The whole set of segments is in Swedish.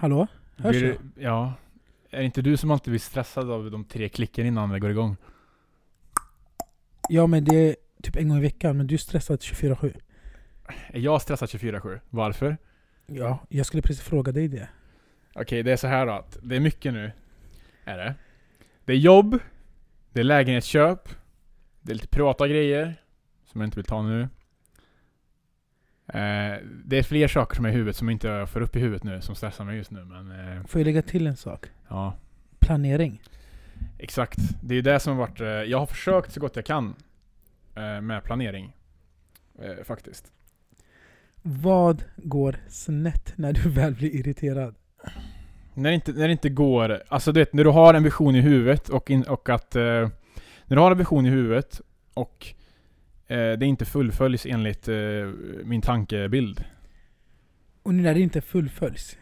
Hallå? Hörs jag? Ja. Är det inte du som alltid blir stressad av de 3 klicken innan det går igång? Ja, men det är typ en gång i veckan. Men du är stressad 24/7. Är jag stressad 24/7? Varför? Ja, jag skulle precis fråga dig det. Okej, det är så här då. Att det är mycket nu. Är det? Det är jobb. Det är lägenhetsköp. Det är lite privata grejer. Som jag inte vill ta nu. Det är fler saker som är i huvudet som inte jag får upp i huvudet nu. Som stressar mig just nu. Men, Får jag lägga till en sak? ja. Planering. Exakt. Det är ju det som har varit... jag har försökt så gott jag kan. Med planering. Faktiskt. Vad går snett när du väl blir irriterad? När det inte går... Alltså du vet, när du har en vision i huvudet och att... när du har en vision i huvudet och det inte fullföljs enligt min tankebild. Och nu när det inte fullföljs.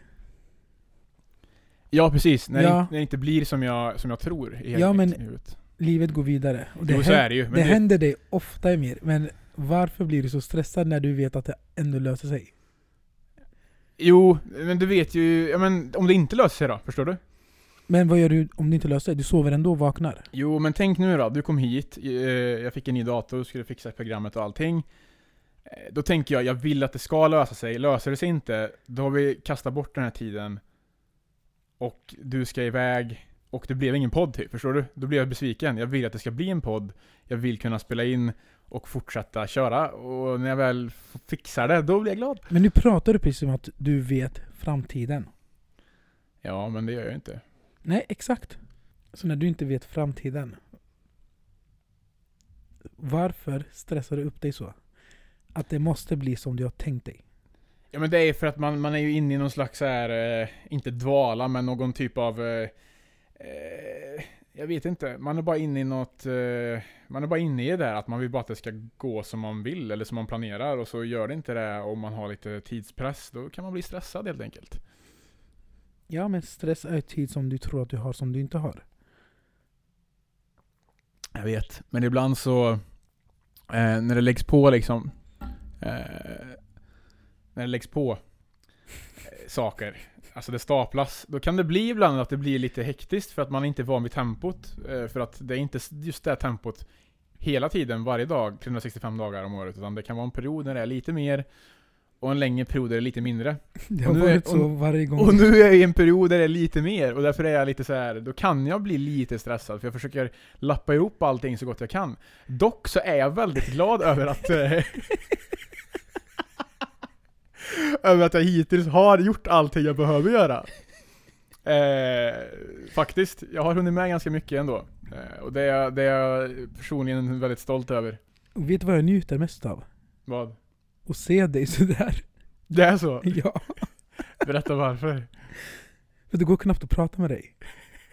Ja, precis. När Ja. det inte blir som jag tror i Ja, men huvudet. livet går vidare. Och Jo, så är det ju. Men det händer dig ofta mer. Men varför blir du så stressad när du vet att det ändå löser sig? Jo, men du vet ju... Ja, men om det inte löser sig då, förstår du? Men vad gör du om det inte löser sig? Du sover ändå och vaknar. Jo, men tänk nu då. Du kom hit. Jag fick en ny dator, skulle fixa programmet och allting. Då tänker jag vill att det ska lösa sig. Löser det sig inte, då har vi kastat bort den här tiden. Och du ska iväg. Och det blev ingen podd typ, förstår du? Då blir jag besviken. Jag vill att det ska bli en podd. Jag vill kunna spela in och fortsätta köra. Och när jag väl fixar det, då blir jag glad. Men nu pratar du precis om att du vet framtiden. Ja, men det gör jag inte. Nej, exakt. Så när du inte vet framtiden, varför stressar du upp dig så? Att det måste bli som du har tänkt dig. Ja, men det är för att man är ju inne i någon slags så här, inte dvala, men någon typ av jag vet inte, man är bara inne i något man är bara inne i det där att man vill bara att det ska gå som man vill eller som man planerar, och så gör det inte det om man har lite tidspress, då kan man bli stressad helt enkelt. Ja, men stress är tid som du tror att du har som du inte har. Jag vet, men ibland så när det läggs på liksom när det läggs på saker, alltså det staplas, då kan det bli ibland att det blir lite hektiskt för att man inte är van vid tempot, för att det är inte just det tempot hela tiden, varje dag, 365 dagar om året, utan det kan vara en period när det är lite mer och en längre period där det är lite mindre. Det har varit så varje gång. Och nu är jag i en period där det är lite mer, och därför är jag lite så här, då kan jag bli lite stressad för jag försöker lappa ihop allting så gott jag kan. Dock så är jag väldigt glad över att över att jag hittills har gjort allting jag behöver göra. Faktiskt, jag har hunnit med ganska mycket ändå. Och det är jag personligen väldigt stolt över. Och vet du vad jag njuter mest av? Vad? Att se dig sådär. Det är så? Ja. Berätta varför. För det går knappt att prata med dig.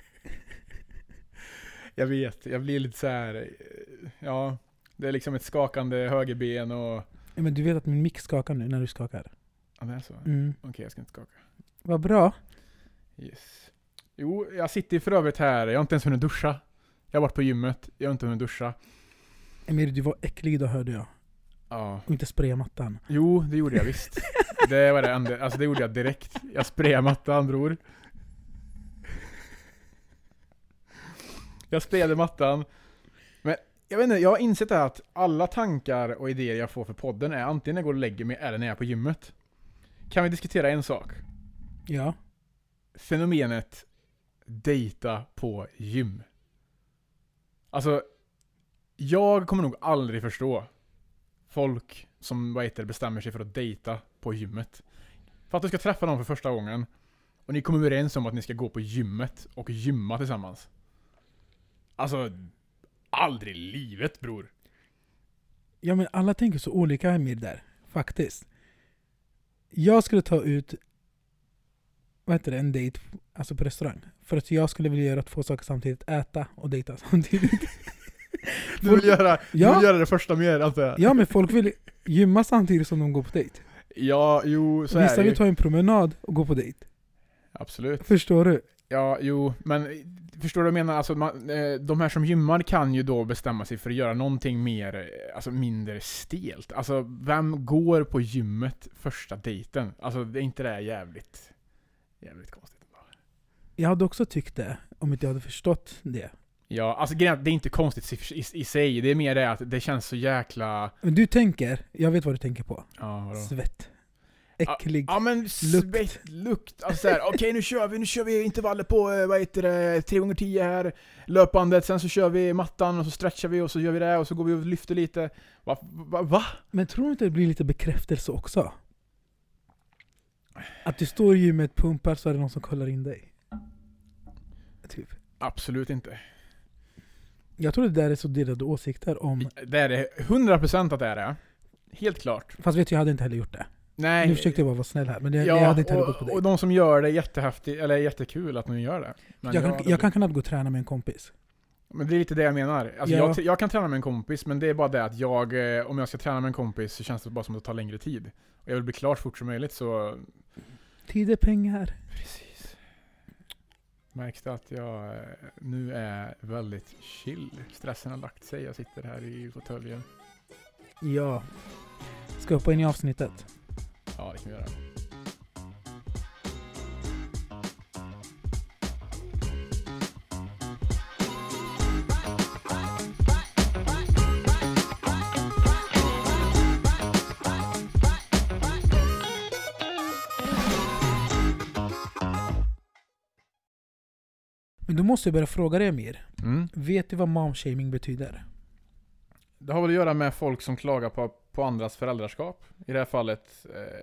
Jag vet, jag blir lite så här. Ja, det är liksom ett skakande högerben och... Ja, men du vet att min mick skakar nu när du skakar. Ja, det är så. Mm. Okej, jag ska inte skaka. Vad bra. Yes. Jo, jag sitter för övrigt här. Jag har inte ens hunnit duscha. Jag har varit på gymmet. Jag har inte hunnit duscha. Emir, du var äcklig då, hörde jag. Ja. Och inte spraya mattan. Jo, det gjorde jag visst. Det var det enda. Alltså det gjorde jag direkt. Jag sprayade mattan, bror. Jag sprayade mattan. Men jag vet inte, jag har insett att alla tankar och idéer jag får för podden är antingen när jag går och lägger mig eller när jag är på gymmet. Kan vi diskutera en sak? Ja. Fenomenet dejta på gym. Alltså, jag kommer nog aldrig förstå folk som bestämmer sig för att dejta på gymmet. För att du ska träffa någon för första gången och ni kommer överens om att ni ska gå på gymmet och gymma tillsammans. Alltså, aldrig i livet, bror. Ja, men alla tänker så olika, Emir, där. Faktiskt. Jag skulle ta ut en dejt, alltså på restaurang. För att jag skulle vilja göra 2 saker samtidigt. Äta och dejta samtidigt. Du vill göra det första mer, alltså. Ja, men folk vill gymma samtidigt som de går på dejt. Ja, jo, så vissa är det. vill ta en promenad och gå på dejt. Absolut. Förstår du? Ja, jo, men förstår du vad jag menar? Alltså, de här som gymmar kan ju då bestämma sig för att göra någonting mer, alltså mindre stelt. Alltså, vem går på gymmet första dejten? Alltså, det är inte det jävligt Jävligt konstigt. Jag hade också tyckt det, om inte jag hade förstått det. Ja, alltså grejen är att det är inte konstigt i sig. Det är mer det att det känns så jäkla... Men du tänker, jag vet vad du tänker på. Ja, vadå? Svett. Äcklig. Ja men lukt. Alltså såhär, okej nu kör vi intervaller på, 3x10 här. Löpbandet, sen så kör vi mattan och så stretchar vi och så gör vi det och så går vi och lyfter lite. Va? Men tror du inte det blir lite bekräftelse också? Att du står ju med ett pumpar så är det någon som kollar in dig. Typ. Absolut inte. Jag tror det där är så delade åsikter om... Det är det 100% att det är det. Helt klart. Fast vet du, jag hade inte heller gjort det. Nej. Nu försökte jag bara vara snäll här, men jag hade inte heller gått på dig. Och de som gör det är jättehäftigt, eller jättekul att de gör det. Men jag kan knappt gå och träna med en kompis. Men det är lite det jag menar. Alltså jag kan träna med en kompis, men det är bara det att om jag ska träna med en kompis så känns det bara som att det tar längre tid. Och jag vill bli klar så fort som möjligt, så... Tid är pengar. Precis. Märks det att jag nu är väldigt chill. Stressen har lagt sig. Jag sitter här i fåtöljen. Ja. Ska jag hoppa in i avsnittet? Ja, det kan vi göra. Men du måste börja fråga dig, Amir. Mm. Vet du vad momshaming betyder? Det har väl att göra med folk som klagar på andras föräldraskap. I det här fallet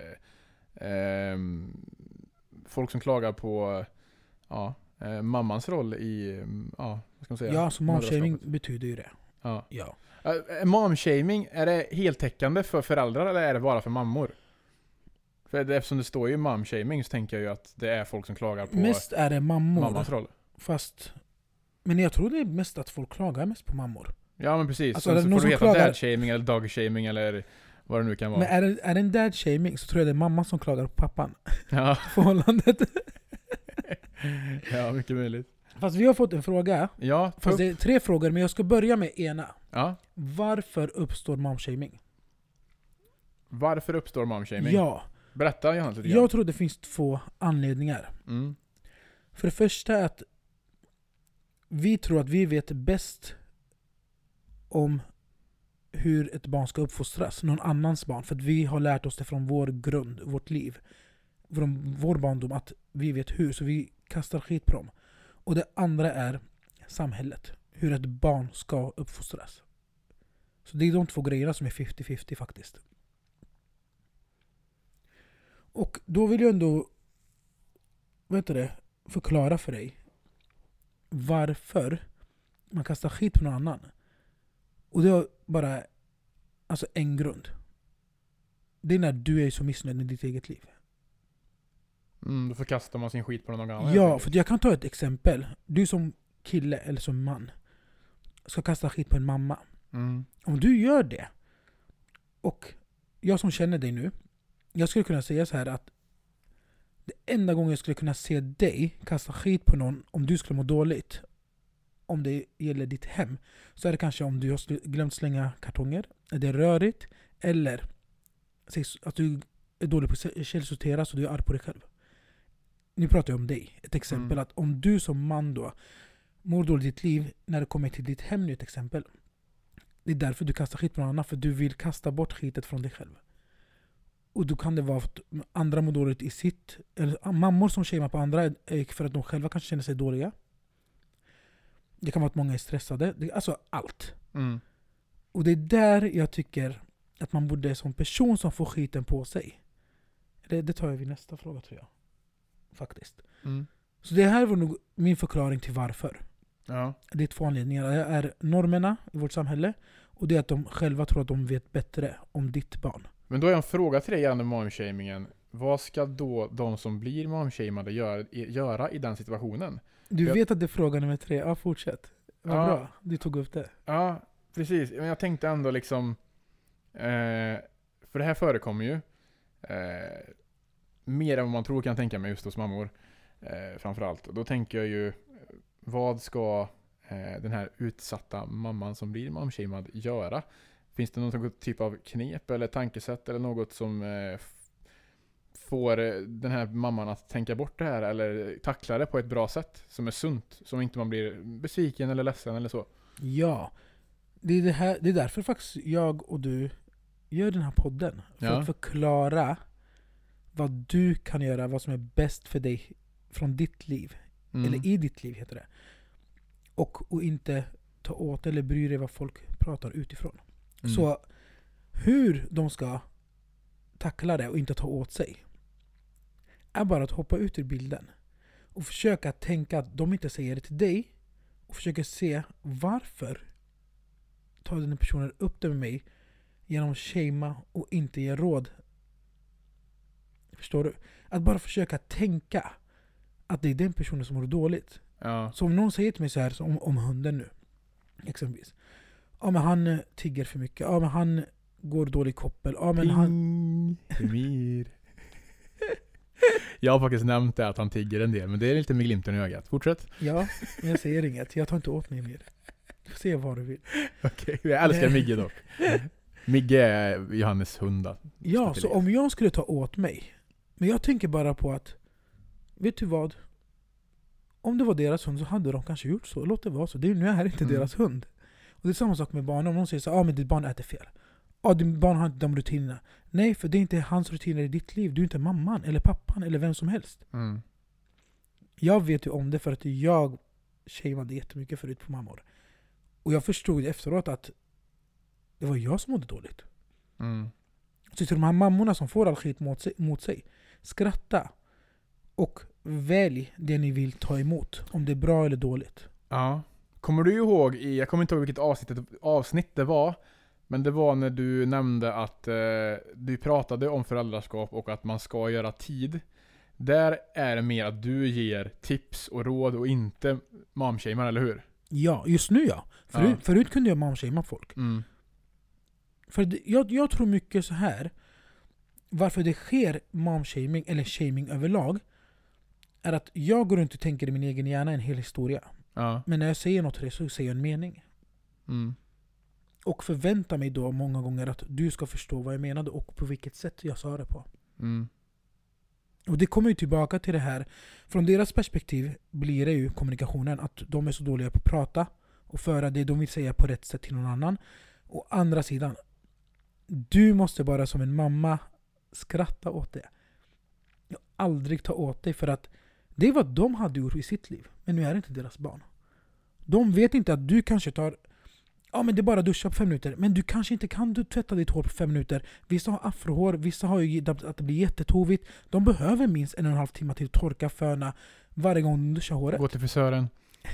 folk som klagar på mammans roll i vad ska man säga? Ja, så momshaming betyder ju det. Ja. Momshaming, är det heltäckande för föräldrar eller är det bara för mammor? För eftersom det står ju momshaming så tänker jag ju att det är folk som klagar på mest är det mammor. Mammans roll. Men jag tror det är mest att folk klagar mest på mammor. Ja men precis. Alltså, så får du heta dad-shaming eller dog-shaming eller vad det nu kan vara. Men är det en dad-shaming så tror jag det är mamma som klagar på pappan. Ja. Förhållandet. Ja, mycket möjligt. Fast vi har fått en fråga. Ja. Fast det är 3 frågor, men jag ska börja med ena. Ja. Varför uppstår momshaming? Varför uppstår momshaming? Ja. Berätta Johannes lite grann. Jag tror det finns 2 anledningar. Mm. För det första är att vi tror att vi vet bäst om hur ett barn ska uppfostras, någon annans barn, för att vi har lärt oss det från vår grund, vårt liv, från vår barndom, att vi vet hur, så vi kastar skit på dem. Och det andra är samhället, hur ett barn ska uppfostras. Så det är de 2 grejerna som är 50-50 faktiskt. Och då vill jag ändå förklara för dig varför man kastar skit på någon annan. Och det är bara en grund. Det är när du är så missnöjd med ditt eget liv. Då förkastar man sin skit på någon annan. Ja, för jag kan ta ett exempel. Du som kille eller som man ska kasta skit på en mamma. Mm. Om du gör det, och jag som känner dig nu, jag skulle kunna säga så här att det enda gången jag skulle kunna se dig kasta skit på någon om du skulle må dåligt, om det gäller ditt hem, så är det kanske om du har glömt slänga kartonger, är det rörigt, eller att du är dålig på att källsortera så du är arg på dig själv. Nu pratar jag om dig. Ett exempel att om du som man då mår dåligt i ditt liv när det kommer till ditt hem, nu ett exempel. Det är därför du kastar skit på någon annan, för du vill kasta bort skitet från dig själv. Och då kan det vara att andra mår dåligt i sitt, eller mammor som shamear på andra för att de själva kanske känner sig dåliga. Det kan vara att många är stressade. Alltså allt. Mm. Och det är där jag tycker att man borde som person som får skiten på sig. Det tar jag vid nästa fråga tror jag. Faktiskt. Mm. Så det här var nog min förklaring till varför. Ja. Det är 2 anledningar. Det är normerna i vårt samhälle. Och det är att de själva tror att de vet bättre om ditt barn. Men då är en fråga till dig gällande momshamingen. Vad ska då de som blir momshamade göra i den situationen? Du vet att det är fråga nummer 3. Ja, fortsätt. Vad bra. Du tog upp det. Ja, precis. Men jag tänkte ändå liksom... för det här förekommer ju. Mer än vad man tror kan tänka mig just hos mammor. Framförallt. Då tänker jag ju... Vad ska den här utsatta mamman som blir momshamad göra? Finns det någon typ av knep eller tankesätt eller något som får den här mamman att tänka bort det här eller tackla det på ett bra sätt som är sunt, som inte man blir besviken eller ledsen eller så. Ja, det är därför faktiskt jag och du gör den här podden. För att förklara vad du kan göra, vad som är bäst för dig från ditt liv. Eller i ditt liv heter det. Och inte ta åt eller bry dig vad folk pratar utifrån. Så hur de ska tackla det och inte ta åt sig är bara att hoppa ut ur bilden. Och försöka tänka att de inte säger det till dig. Och försöka se varför tar den personen upp det med mig genom att shama och inte ge råd. Förstår du? Att bara försöka tänka att det är den personen som mår dåligt. Ja. Så om någon säger till mig så här om hunden nu exempelvis. Ja men han tigger för mycket. Ja men han går dålig koppel. Ja men han... Emir. Jag har faktiskt nämnt det att han tigger en del, men det är lite med glimten i ögat. Fortsätt. Ja, men jag säger inget. Jag tar inte åt mig mer. Du får se vad du vill. Okej, jag älskar Migge dock. Migge är Johannes hund. Ja, så om jag skulle ta åt mig. Men jag tänker bara på att, vet du vad? Om det var deras hund så hade de kanske gjort så. Låt det vara så. Nu är det inte deras hund. Och det är samma sak med barn. Om någon säger så men ditt barn äter fel. Ditt barn har inte de rutinerna. Nej, för det är inte hans rutiner i ditt liv. Du är inte mamman eller pappan eller vem som helst. Jag vet ju om det för att jag shameade jättemycket förut på mammor. Och jag förstod efteråt att det var jag som mådde dåligt. Så till de här mammorna som får all skit mot sig, skratta och välj det ni vill ta emot. Om det är bra eller dåligt. Ja. Kommer du ihåg, jag kommer inte ihåg vilket avsnitt det var, men det var när du nämnde att du pratade om föräldraskap och att man ska göra tid. Där är det mer att du ger tips och råd och inte momshamer, eller hur? Ja, just nu ja. Förut kunde jag momshama folk. För jag tror mycket så här. Varför det sker momshaming eller shaming överlag är att jag går runt och tänker i min egen hjärna en hel historia. Men när jag säger något till det så säger jag en mening. Och förväntar mig då många gånger att du ska förstå vad jag menade och på vilket sätt jag sa det på. Och det kommer ju tillbaka till det här. Från deras perspektiv blir det ju kommunikationen. Att de är så dåliga på att prata och föra det de vill säga på rätt sätt till någon annan. Och andra sidan, du måste bara som en mamma skratta åt det. Aldrig ta åt dig, för att det är vad de hade gjort i sitt liv. Men nu är det inte deras barn. De vet inte att du kanske tar... Ja, men det är bara att duscha på 5 minuter. Men du kanske inte kan tvätta ditt hår på 5 minuter. Vissa har afrohår, vissa har ju att det blir jättetovigt. De behöver minst 1,5 timme till att torka, föna varje gång de duschar håret. Gå till frisören.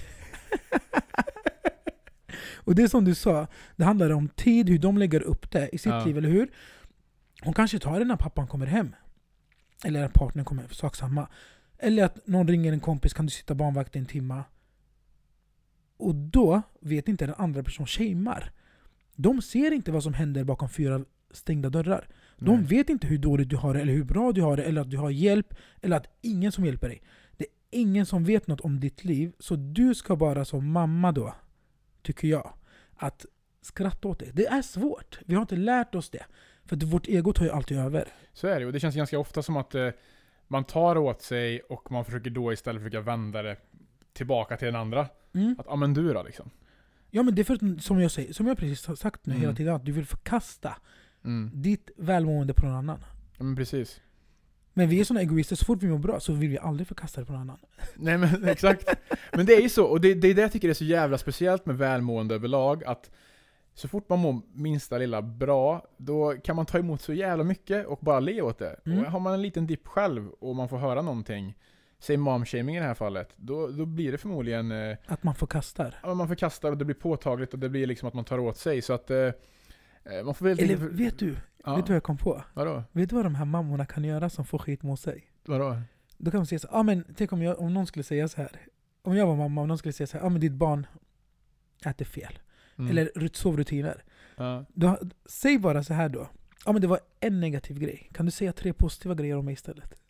Och det är som du sa, det handlar om tid, hur de lägger upp det i sitt liv, eller hur? Hon kanske tar det när pappan kommer hem. Eller när partnern kommer, sak samma. Eller att någon ringer en kompis, kan du sitta barnvakt 1 timme? Och då vet inte den andra personen shamear. De ser inte vad som händer bakom 4 stängda dörrar. De vet inte hur dåligt du har det, eller hur bra du har det, eller att du har hjälp, eller att ingen som hjälper dig. Det är ingen som vet något om ditt liv. Så du ska bara som mamma då, tycker jag, att skratta åt det. Det är svårt. Vi har inte lärt oss det. För att vårt ego tar ju alltid över. Så är det. Och det känns ganska ofta som att man tar åt sig och man försöker då istället försöka vända det tillbaka till den andra. Att, men du då liksom. Ja, men det är för att, som jag precis har sagt nu hela tiden, att du vill förkasta ditt välmående på någon annan. Ja, men precis. Men vi är såna egoister, så fort vi mår bra så vill vi aldrig förkasta det på någon annan. Nej, men exakt. Men det är ju så, och det är det jag tycker är så jävla speciellt med välmående överlag, att så fort man mår minsta lilla bra, då kan man ta emot så jävla mycket och bara le åt det. Och har man en liten dipp själv och man får höra någonting, säg momshaming i det här fallet, då blir det förmodligen... att man förkastar. Ja, man förkastar och det blir påtagligt och det blir liksom att man tar åt sig. Så att man får väl... Eller vet du vad jag kom på? Vadå? Vet du vad de här mammorna kan göra som får skit mot sig? Vadå? Då kan man säga så men tänk om någon skulle säga så här. Om jag var mamma och någon skulle säga så här, men ditt barn äter fel. Eller sovrutiner. Säg bara så här då. Men det var en negativ grej. Kan du säga 3 positiva grejer om mig istället?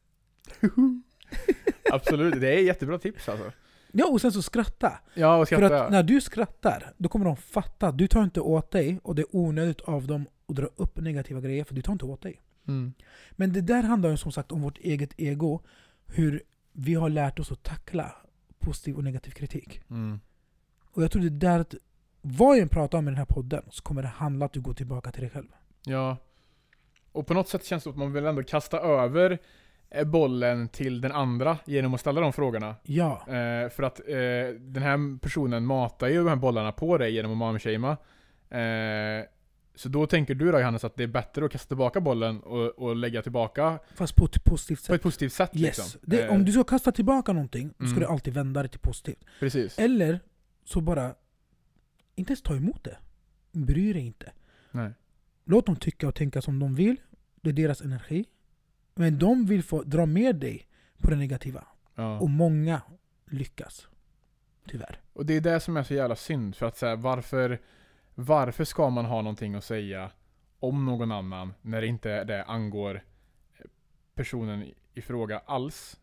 Absolut, det är jättebra tips alltså. Ja, och sen så skratta. Ja, och skratta. För att när du skrattar, då kommer de fatta att du tar inte åt dig och det är onödigt av dem att dra upp negativa grejer, för du tar inte åt dig. Mm. Men det där handlar ju som sagt om vårt eget ego. Hur vi har lärt oss att tackla positiv och negativ kritik. Mm. Och jag tror det där att vad jag än pratar om i den här podden så kommer det handla att du går tillbaka till dig själv. Ja. Och på något sätt känns det som att man vill ändå kasta över bollen till den andra genom att ställa de frågorna. Ja. För att den här personen matar ju de här bollarna på dig genom att momshamea. Så då tänker du då, Johannes, att det är bättre att kasta tillbaka bollen och lägga tillbaka Fast på ett positivt sätt. på ett positivt sätt. Yes. Liksom. Om du ska kasta tillbaka någonting, då ska Mm. du alltid vända det till positivt. Precis. Eller så bara inte ens ta emot det. Bry dig inte. Nej. Låt dem tycka och tänka som de vill. Det är deras energi. Men de vill få dra med dig på det negativa. Ja. Och många lyckas. Tyvärr. Och det är det som är så jävla synd. För att säga, varför ska man ha någonting att säga om någon annan när det inte det angår personen i fråga alls?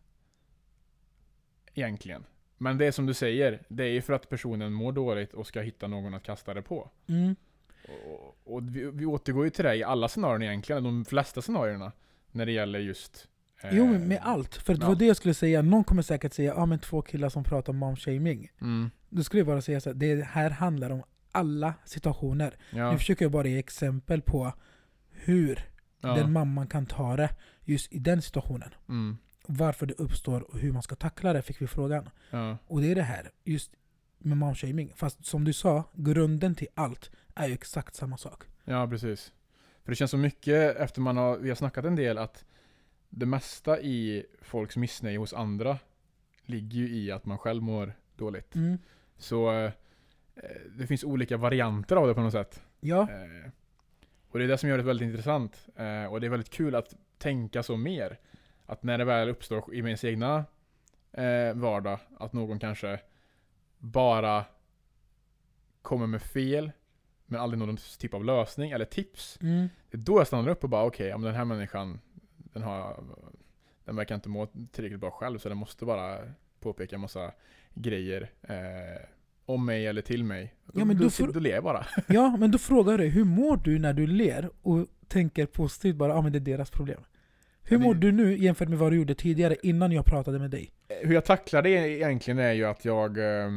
Egentligen. Men det är som du säger, det är ju för att personen mår dåligt och ska hitta någon att kasta det på. Mm. Och vi återgår ju till det i alla scenarier egentligen, de flesta scenarierna, när det gäller just... Jo, men med allt. För det var det jag skulle säga. Någon kommer säkert säga, men 2 killar som pratar om momshaming. Mm. Då skulle jag bara säga så här, det här handlar om alla situationer. Ja. Nu försöker jag bara ge exempel på hur Ja. den mamman kan ta det just i den situationen. Mm. Varför det uppstår och hur man ska tackla det, fick vi frågan. Ja. Och det är det här, just med momshaming. Fast som du sa, grunden till allt är ju exakt samma sak. Ja, precis. För det känns så mycket, efter vi har snackat en del, att det mesta i folks missnöje hos andra ligger ju i att man själv mår dåligt. Mm. Så det finns olika varianter av det på något sätt. Ja. Och det är det som gör det väldigt intressant. Och det är väldigt kul att tänka så mer. Att när det väl uppstår i min egna vardag, att någon kanske bara kommer med fel, men aldrig någon typ av lösning eller tips. Mm. Det är då jag stannar upp och bara okej, den här människan den verkar inte må tillräckligt bra själv, så den måste bara påpeka en massa grejer om mig eller till mig. Ja, men då ler jag bara. Ja, men då frågar jag dig, hur mår du när du ler och tänker positivt bara, men det är deras problem? Hur mår du nu jämfört med vad du gjorde tidigare innan jag pratade med dig? Hur jag tacklar det egentligen är ju att jag...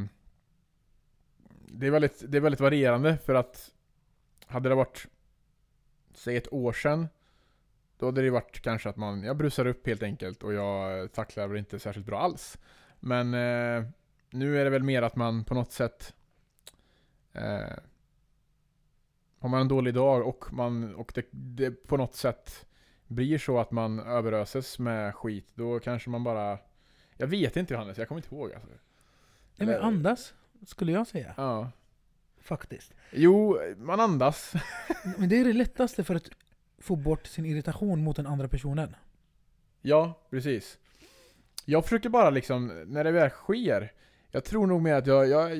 Det är väldigt varierande, för att hade det varit, säg ett år sedan, då hade det varit kanske att jag brusar upp helt enkelt och jag tacklar väl inte särskilt bra alls. Men nu är det väl mer att man på något sätt har man en dålig dag och det på något sätt blir så att man överöses med skit, då kanske man bara... Jag vet inte, Johannes, jag kommer inte ihåg. Alltså. Nej, men andas, skulle jag säga. Ja. Faktiskt. Jo, man andas. Men det är det lättaste för att få bort sin irritation mot den andra personen. Ja, precis. Jag försöker bara liksom, när det väl sker, jag tror nog mer att jag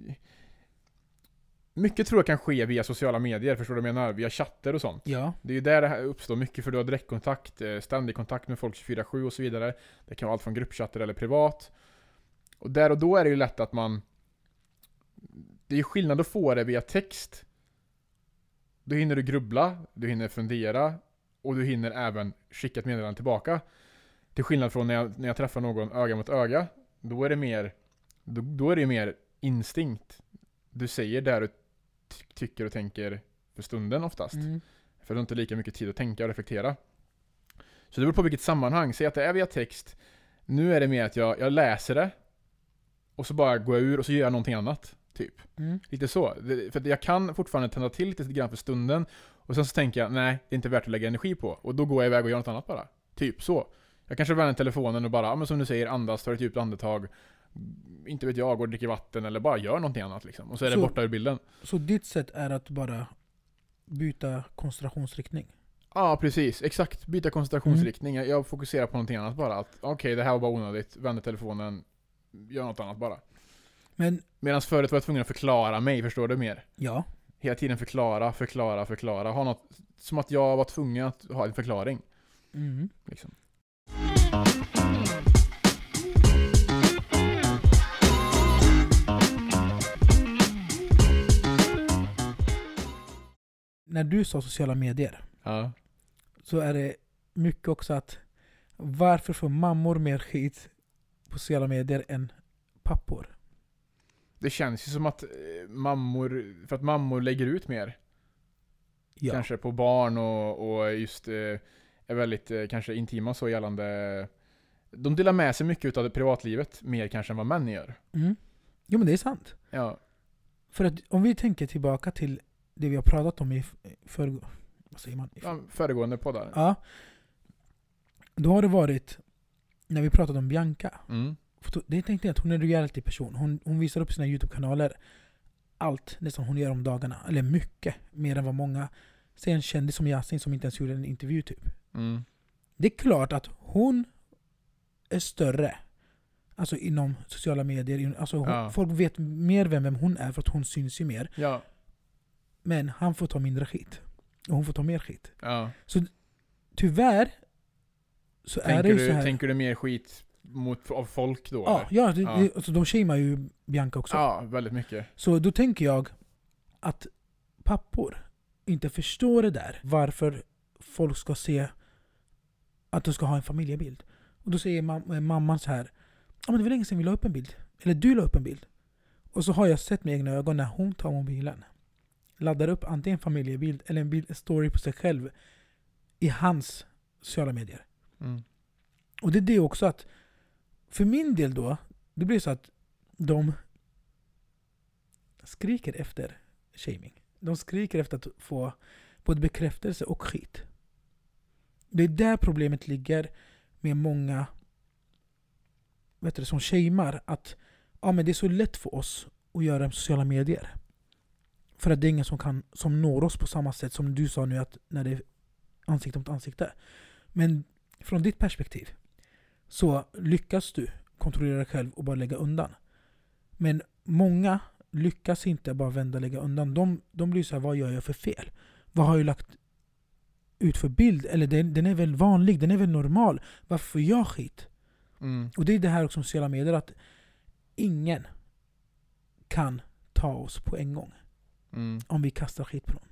mycket tror jag kan ske via sociala medier, förstår du vad jag menar? Via chatter och sånt. Ja. Det är ju där det här uppstår mycket, för du har direktkontakt, ständig kontakt med folk 24/7 och så vidare. Det kan vara allt från gruppchatter eller privat. Och där och då är det ju lätt att det är ju skillnad att få det via text. Då hinner du grubbla, du hinner fundera och du hinner även skicka ett meddelande tillbaka. Till skillnad från när jag träffar någon öga mot öga, då är det mer instinkt. Du säger där du tycker och tänker för stunden oftast. Mm. För du har inte lika mycket tid att tänka och reflektera. Så det beror på vilket sammanhang. Säg att det är via text. Nu är det mer att jag läser det och så bara går jag ur och så gör jag någonting annat. Typ. Mm. Lite så. För jag kan fortfarande tända till lite grann för stunden. Och sen så tänker jag, nej, det är inte värt att lägga energi på. Och då går jag iväg och gör något annat bara. Typ så. Jag kanske vänder telefonen och bara, men som du säger, andas, tar ett djupt andetag. Inte vet jag, går och dricker vatten eller bara gör någonting annat liksom. Och så är det borta ur bilden. Så ditt sätt är att bara byta koncentrationsriktning? Ja, precis. Exakt. Byta koncentrationsriktning. Jag fokuserar på någonting annat bara. Att okej, det här var bara onödigt. Vänder telefonen. Gör något annat bara. Medan förut var jag tvungen att förklara mig, förstår du mer? Ja. Hela tiden förklara. Ha något, som att jag var tvungen att ha en förklaring. Mm. Liksom. När du sa sociala medier, Ja. så är det mycket också att varför får mammor mer skit på sociala medier än pappor? Det känns ju som att för att mammor lägger ut mer. Ja. Kanske på barn och just är väldigt kanske intima så gällande. De delar med sig mycket av det privatlivet mer kanske än vad män gör. Mm. Jo, men det är sant. Ja. För att om vi tänker tillbaka till det vi har pratat om i Föregående poddar. Ja. Då har det varit när vi pratade om Bianca. Mm. Det tänkte jag att hon är en reality-person. Hon visar upp sina YouTube-kanaler. Allt nästan hon gör om dagarna. Eller mycket. Mer än vad många. Säg en kändis som Yasin som inte ens gjorde en intervju typ. Mm. Det är klart att hon är större. Alltså inom sociala medier. Alltså folk vet mer vem hon är för att hon syns ju mer. Ja. Men han får ta mindre skit. Och hon får ta mer skit. Ja. Så tyvärr så är det ju så här. Tänker du mer skit av folk då? Ja, alltså, de shamear ju Bianca också. Ja, väldigt mycket. Så då tänker jag att pappor inte förstår det där. Varför folk ska se att de ska ha en familjebild. Och då säger mamman så här: ja, men det var länge sedan vi la upp en bild. Eller du la upp en bild. Och så har jag sett med egna ögon när hon tar mobilen. Laddar upp antingen en familjebild eller en story på sig själv i hans sociala medier. Mm. Och det är det också att för min del då, det blir så att de skriker efter shaming. De skriker efter att få både bekräftelse och skit. Det är där problemet ligger med många som shamear att men det är så lätt för oss att göra sociala medier. För att det är ingen som når oss på samma sätt som du sa nu, att när det är ansikte mot ansikte. Men från ditt perspektiv så lyckas du kontrollera dig själv och bara lägga undan. Men många lyckas inte bara vända och lägga undan. De blir så här: vad gör jag för fel? Vad har jag lagt ut för bild? Eller den är väl vanlig, den är väl normal. Varför får jag skit? Mm. Och det är det här också med sociala medier, att ingen kan ta oss på en gång. Om vi kastar skit på någon.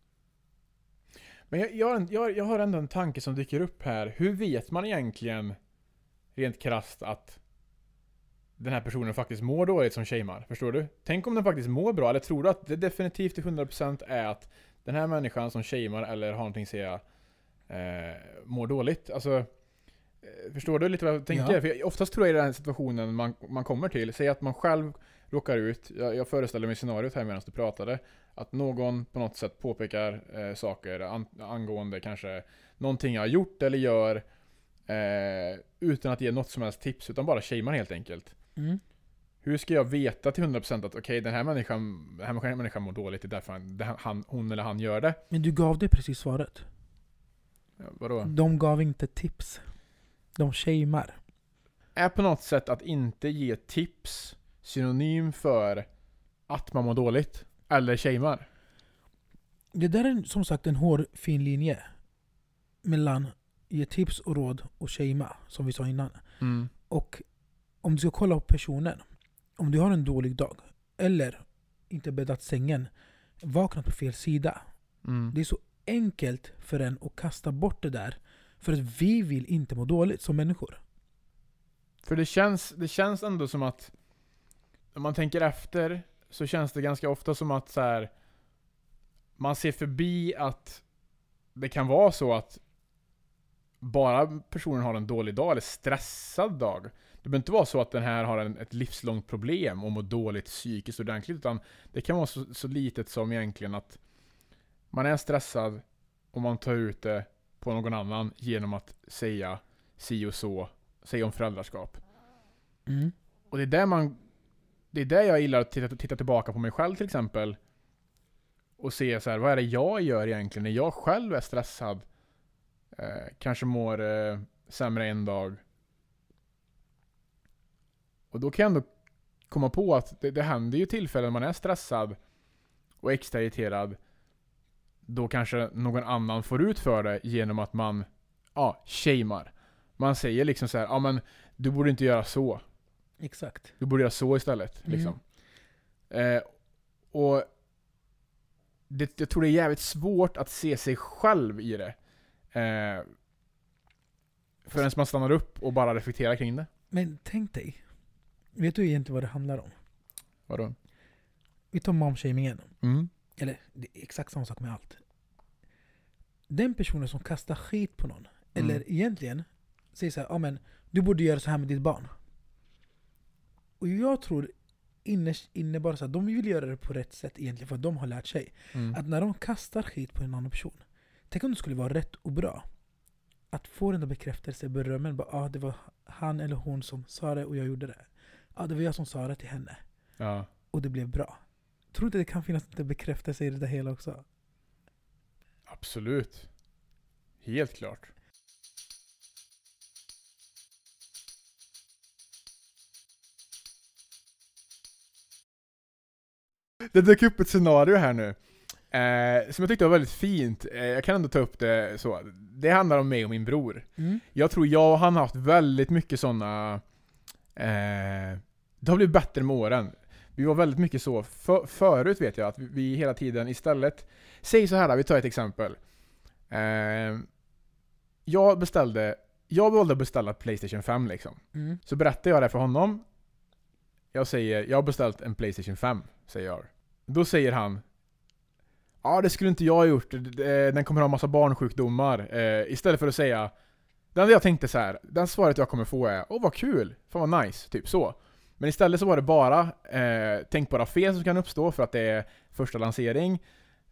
Men jag har ändå en tanke som dyker upp här. Hur vet man egentligen rent krasst att den här personen faktiskt mår dåligt som shamear? Förstår du? Tänk om den faktiskt mår bra. Eller tror du att det definitivt till 100% är att den här människan som shamear eller har någonting att säga mår dåligt? Alltså, förstår du lite vad jag tänker? Ja. För oftast tror jag i den situationen man kommer till, säg att man själv råkar ut, jag föreställer mig scenariot här medan du pratade, att någon på något sätt påpekar saker angående kanske någonting jag har gjort eller gör utan att ge något som helst tips, utan bara shamear helt enkelt. Mm. Hur ska jag veta till 100% att okej, den här människan mår dåligt, det är därför hon eller han gör det? Men du gav det precis svaret. Ja, vadå? De gav inte tips. De shamear. Är på något sätt att inte ge tips synonym för att man mår dåligt? Eller shamear? Det där är som sagt en hård fin linje mellan ge tips och råd och shamea, som vi sa innan. Mm. Och om du ska kolla på personen, om du har en dålig dag eller inte bäddat sängen, vaknat på fel sida. Mm. Det är så enkelt för en att kasta bort det där, för att vi vill inte må dåligt som människor. För det känns ändå som att när man tänker efter så känns det ganska ofta som att så här, man ser förbi att det kan vara så att bara personen har en dålig dag eller stressad dag. Det behöver inte vara så att den här har ett livslångt problem och mår dåligt psykiskt ordentligt, utan det kan vara så litet som egentligen att man är stressad och man tar ut det på någon annan genom att säga si och så, säga om föräldraskap. Mm. Och det är där jag gillar att titta tillbaka på mig själv till exempel och se så här, vad är det jag gör egentligen när jag själv är stressad, kanske mår sämre en dag. Och då kan jag ändå komma på att det händer ju tillfällen man är stressad och extra irriterad, då kanske någon annan får ut för det genom att man shamear. Man säger liksom så här, men du borde inte göra så. Exakt. Du borde göra så istället. Liksom. Och jag tror det är jävligt svårt att se sig själv i det. Förrän man stannar upp och bara reflekterar kring det. Men tänk dig. Vet du egentligen vad det handlar om? Vadå? Vi tar momshamingen. Mm. Eller det är exakt samma sak med allt. Den personen som kastar skit på någon. Eller egentligen säger så här, men du borde göra så här med ditt barn. Och jag tror innerst inne bara så här, de vill göra det på rätt sätt egentligen för att de har lärt sig. Att när de kastar skit på en annan person, tänk om det skulle vara rätt och bra. Att få den där bekräftelsen, berömmen, bara, det var han eller hon som sa det och jag gjorde det. Det var jag som sa det till henne. Ja. Och det blev bra. Tror inte det kan finnas lite bekräftelse i det hela också? Absolut. Helt klart. Det dök upp ett scenario här nu. Som jag tyckte var väldigt fint. Jag kan ändå ta upp det så. Det handlar om mig och min bror. Jag tror jag och han har haft väldigt mycket sådana... det har blivit bättre med åren. Vi var väldigt mycket så. Förut vet jag att vi hela tiden istället... Säg så här, vi tar ett exempel. Jag valde att beställa ett PlayStation 5 liksom. Så berättar jag det för honom. Jag säger, jag har beställt en PlayStation 5, säger jag. Då säger han, det skulle inte jag ha gjort. Den kommer ha massa barnsjukdomar. Istället för att säga, jag tänkte så här, den svaret jag kommer få är, vad kul, fan vad nice, typ så. Men istället så var det bara tänkbara fel som kan uppstå för att det är första lansering.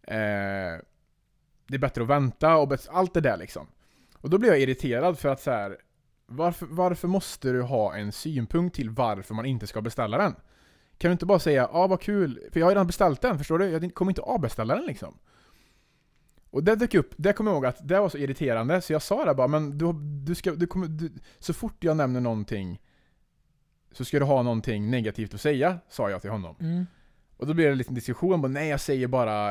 Det är bättre att vänta och allt det där liksom. Och då blev jag irriterad för att så här, varför måste du ha en synpunkt till varför man inte ska beställa den? Kan du inte bara säga, vad kul, för jag har redan beställt den, förstår du? Jag kommer inte avbeställa den liksom. Och det dök upp, det kommer jag ihåg att det var så irriterande, så jag sa det bara, men så fort jag nämner någonting så ska du ha någonting negativt att säga, sa jag till honom. Och då blev det en liten diskussion, bara, nej jag säger bara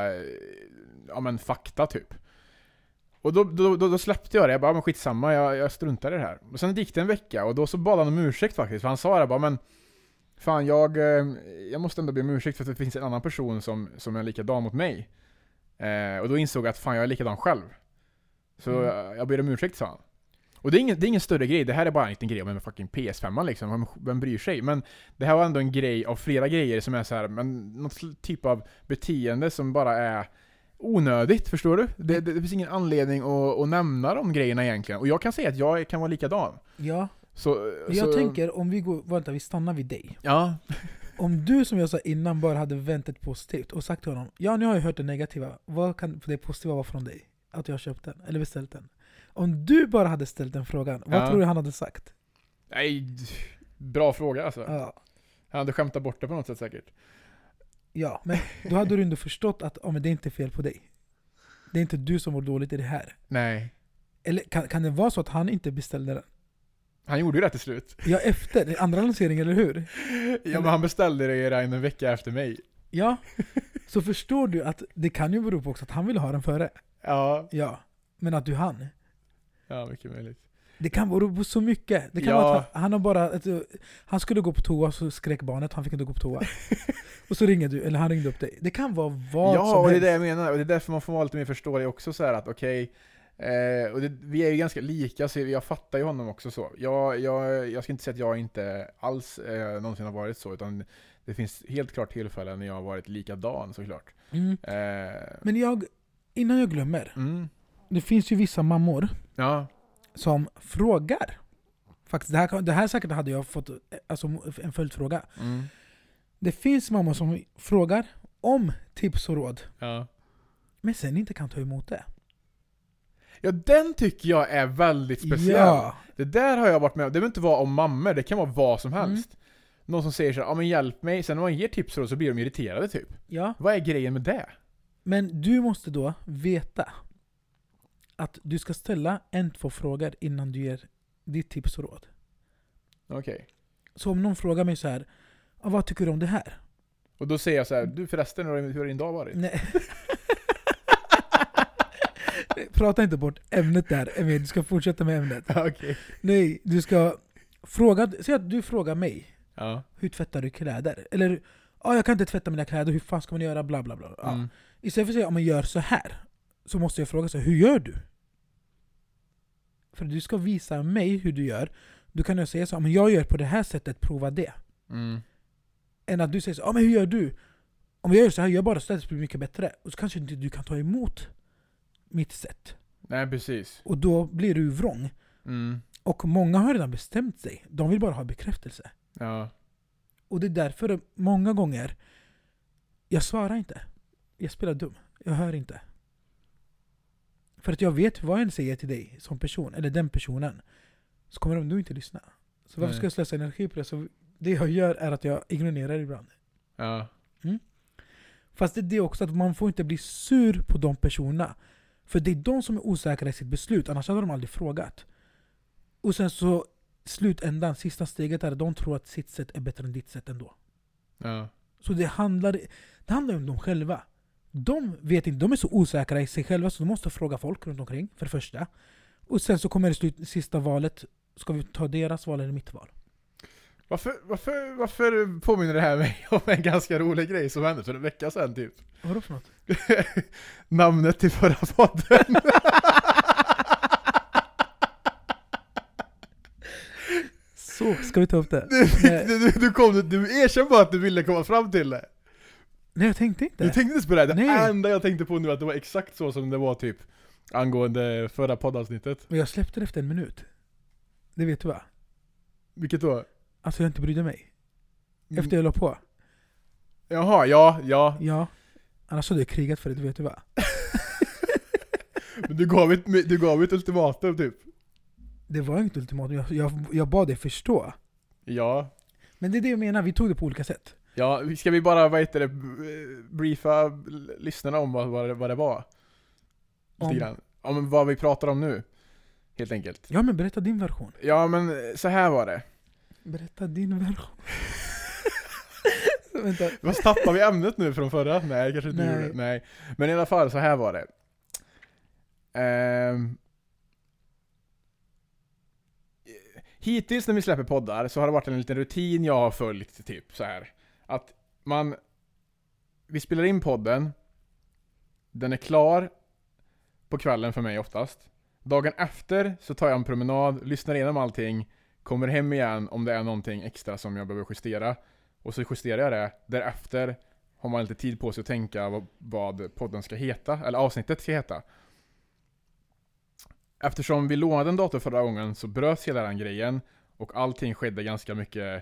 fakta typ. Och då släppte jag det. Jag bara, men skitsamma, jag struntar i det här. Och sen gick det en vecka och då så bad han om ursäkt faktiskt. För han sa det bara, men fan jag måste ändå be om ursäkt för att det finns en annan person som är likadan mot mig. Och då insåg jag att fan jag är likadan själv. Så jag ber om ursäkt, sa han. Och det är ingen större grej. Det här är bara en liten grej om en fucking PS5 liksom. Vem bryr sig? Men det här var ändå en grej av flera grejer som är så här, men något typ av beteende som bara är onödigt, förstår du? Det finns ingen anledning att nämna de grejerna egentligen. Och jag kan säga att jag kan vara likadan. Ja. Jag tänker, om vi stannar vid dig. Ja. Om du, som jag sa innan, bara hade väntat positivt och sagt till honom, nu har jag hört det negativa. Vad kan det positiva vara från dig? Att jag har köpt den, eller beställt den. Om du bara hade ställt den frågan, vad tror du han hade sagt? Nej, bra fråga alltså. Ja. Han hade skämtat bort det på något sätt säkert. Ja, men då hade du ändå förstått att men det är inte fel på dig. Det är inte du som var dåligt i det här. Nej. Eller kan det vara så att han inte beställde den? Han gjorde ju det till slut. Ja, efter andra lansering, eller hur? Ja, men han beställde det en vecka efter mig. Ja, så förstår du att det kan ju bero på också att han ville ha den före. Ja. Ja, men att du hann. Ja, mycket möjligt. Det kan vara på så mycket. Det kan vara att han skulle gå på toa, så skrek barnet, han fick inte gå på toa. Och så ringde du, eller han ringde upp dig. Det kan vara vad som helst. Ja, och det är det jag menar. Och det är därför man får vara lite mer förståelig också, så här att okej, och vi är ju ganska lika, så jag fattar ju honom också så. Jag ska inte säga att jag inte alls någonsin har varit så, utan det finns helt klart tillfällen när jag har varit likadan, såklart. Men innan jag glömmer, det finns ju vissa mammor som frågar. Faktiskt, det här säkert hade jag fått en följdfråga. Det finns mammor som frågar om tips och råd, men sen inte kan ta emot det. Ja, den tycker jag är väldigt speciell. Ja. Det där har jag varit med om. Det behöver inte vara om mammor, det kan vara vad som helst. Någon som säger så här, men hjälp mig. Sen när man ger tips och råd så blir de irriterade typ. Ja. Vad är grejen med det? Men du måste då veta att du ska ställa 1-2 frågor innan du ger ditt tips och råd. Okej. Så om någon frågar mig så här, vad tycker du om det här? Och då säger jag så här, du förresten, hur har din dag varit? Nej. Prata inte bort ämnet där, Emil. Du ska fortsätta med ämnet. Okay. Nej, du ska säg att du frågar mig. Hur tvättar du kläder? Eller, jag kan inte tvätta mina kläder, hur fan ska man göra? Bla bla bla. Istället för att säga, om man gör så här, så måste jag fråga så här, hur gör du? För du ska visa mig hur du gör. Du kan ju säga så, men jag gör på det här sättet, prova det. Än att du säger så, men hur gör du? Om jag gör så här, jag bara stället blir mycket bättre. Och så kanske inte du kan ta emot mitt sätt. Nej, precis. Och då blir du vrång. Och många har redan bestämt sig. De vill bara ha bekräftelse. Ja. Och det är därför många gånger jag svarar inte. Jag spelar dum. Jag hör inte. För att jag vet vad jag säger till dig som person, eller den personen, så kommer de nog inte lyssna. Så varför ska jag slösa energi på det? Så det jag gör är att jag ignorerar ibland. Ja. Fast det är det också att man får inte bli sur på de personerna. För det är de som är osäkra i sitt beslut, annars hade de aldrig frågat. Och sen så slutändan, sista steget är att de tror att sitt sätt är bättre än ditt sätt ändå. Ja. Så det handlar om dem själva. De vet inte, de är så osäkra i sig själva så de måste fråga folk runt omkring, för det första. Och sen så kommer det sista valet, ska vi ta deras val eller mitt val? Varför påminner det här mig om en ganska rolig grej som hände för en vecka sedan typ? Vadå för något? Namnet till förra podden. Så, ska vi ta upp det? Du erkänner bara att du ville komma fram till det. Nej, jag tänkte inte. Du tänkte inte på det? Det Nej. enda jag tänkte på nu att det var exakt så som det var typ angående förra poddavsnittet. Men jag släppte det efter 1 minut. Det vet du va? Vilket då? Alltså jag inte brydde mig. Efter jag la på. Jaha, ja. Ja. Annars hade jag krigat för det, vet du va? Men du gav ett ultimatum typ. Det var inget ultimatum. Jag bad dig förstå. Ja. Men det är det jag menar, vi tog det på olika sätt. Ja, ska vi bara briefa lyssnarna om vad det var? Om vad vi pratar om nu. Helt enkelt. Ja, men berätta din version. Ja, men så här var det. Berätta din version. Vänta. Vad tappar vi ämnet nu från förra? Nej, kanske inte gjorde det. Nej. Men i alla fall, så här var det. Hittills när vi släpper poddar så har det varit en liten rutin jag har följt typ så här. Att vi spelar in podden. Den är klar på kvällen för mig oftast. Dagen efter så tar jag en promenad, lyssnar igenom allting, kommer hem igen om det är någonting extra som jag behöver justera. Och så justerar jag det. Därefter har man lite tid på sig att tänka vad podden ska heta, eller avsnittet ska heta. Eftersom vi lånade en dator förra gången så bröts hela den grejen. Och allting skedde ganska mycket...